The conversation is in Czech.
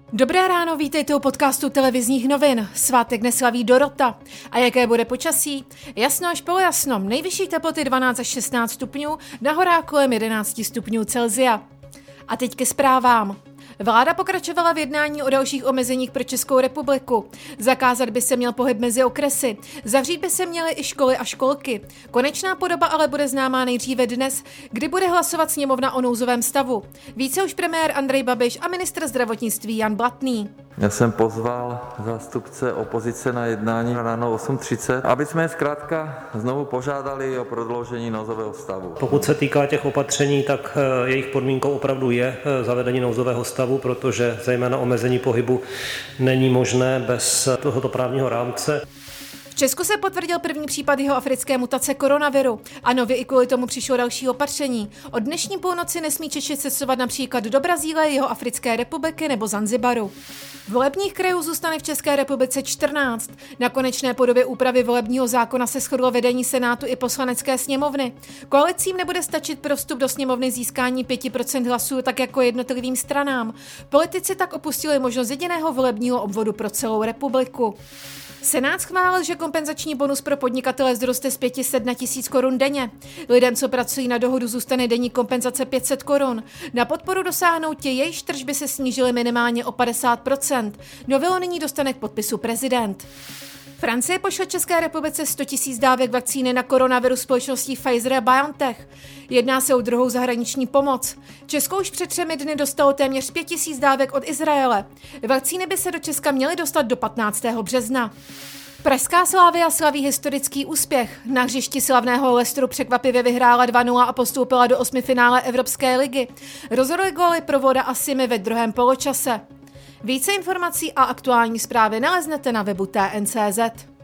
Dobré ráno, vítejte u podcastu televizních novin. Svátek neslaví Dorota. A jaké bude počasí? Jasno až polojasno, nejvyšší teploty 12 až 16 stupňů, na horách kolem 11 stupňů Celsia. A teď ke zprávám. Vláda pokračovala v jednání o dalších omezeních pro Českou republiku. Zakázat by se měl pohyb mezi okresy. Zavřít by se měly i školy a školky. Konečná podoba ale bude známá nejdříve dnes, kdy bude hlasovat sněmovna o nouzovém stavu. Více už premiér Andrej Babiš a ministr zdravotnictví Jan Blatný. Já jsem pozval zástupce opozice na jednání ráno 8:30, aby jsme zkrátka znovu požádali o prodloužení nouzového stavu. Pokud se týká těch opatření, tak jejich podmínkou opravdu je zavedení nouzového stavu, protože zejména omezení pohybu není možné bez tohoto právního rámce. V Česku se potvrdil první případ jihoafrické mutace koronaviru a nově i kvůli tomu přišlo další opatření. Od dnešní půlnoci nesmí Češi cestovat například do Brazílie, Jihoafrické republiky nebo Zanzibaru. Volebních krajů zůstane v České republice 14. Na konečné podobě úpravy volebního zákona se shodlo vedení Senátu i Poslanecké sněmovny. Koalicím nebude stačit pro vstup do sněmovny získání 5% hlasů tak jako jednotlivým stranám. Politici tak opustili možnost jediného volebního obvodu pro celou republiku. Senát schválil, že kompenzační bonus pro podnikatele vzroste z 500 na 1000 korun denně. Lidem, co pracují na dohodu, zůstane denní kompenzace 500 korun. Na podporu dosáhnou ti, jejichž tržby se snížily minimálně o 50%. Novelu nyní dostane k podpisu prezident. Francie pošle České republice 100 000 dávek vakcíny na koronavirus společností Pfizer a BioNTech. Jedná se o druhou zahraniční pomoc. Česko už před 3 dny dostalo téměř 5 000 dávek od Izraele. Vakcíny by se do Česka měly dostat do 15. března. Pražská Slavia slaví historický úspěch. Na hřišti slavného Leicesteru překvapivě vyhrála 2-0 a postoupila do 8. finále Evropské ligy. Rozhodly góly Provoda a Simy ve druhém poločase. Více informací a aktuální zprávy naleznete na webu TN.cz.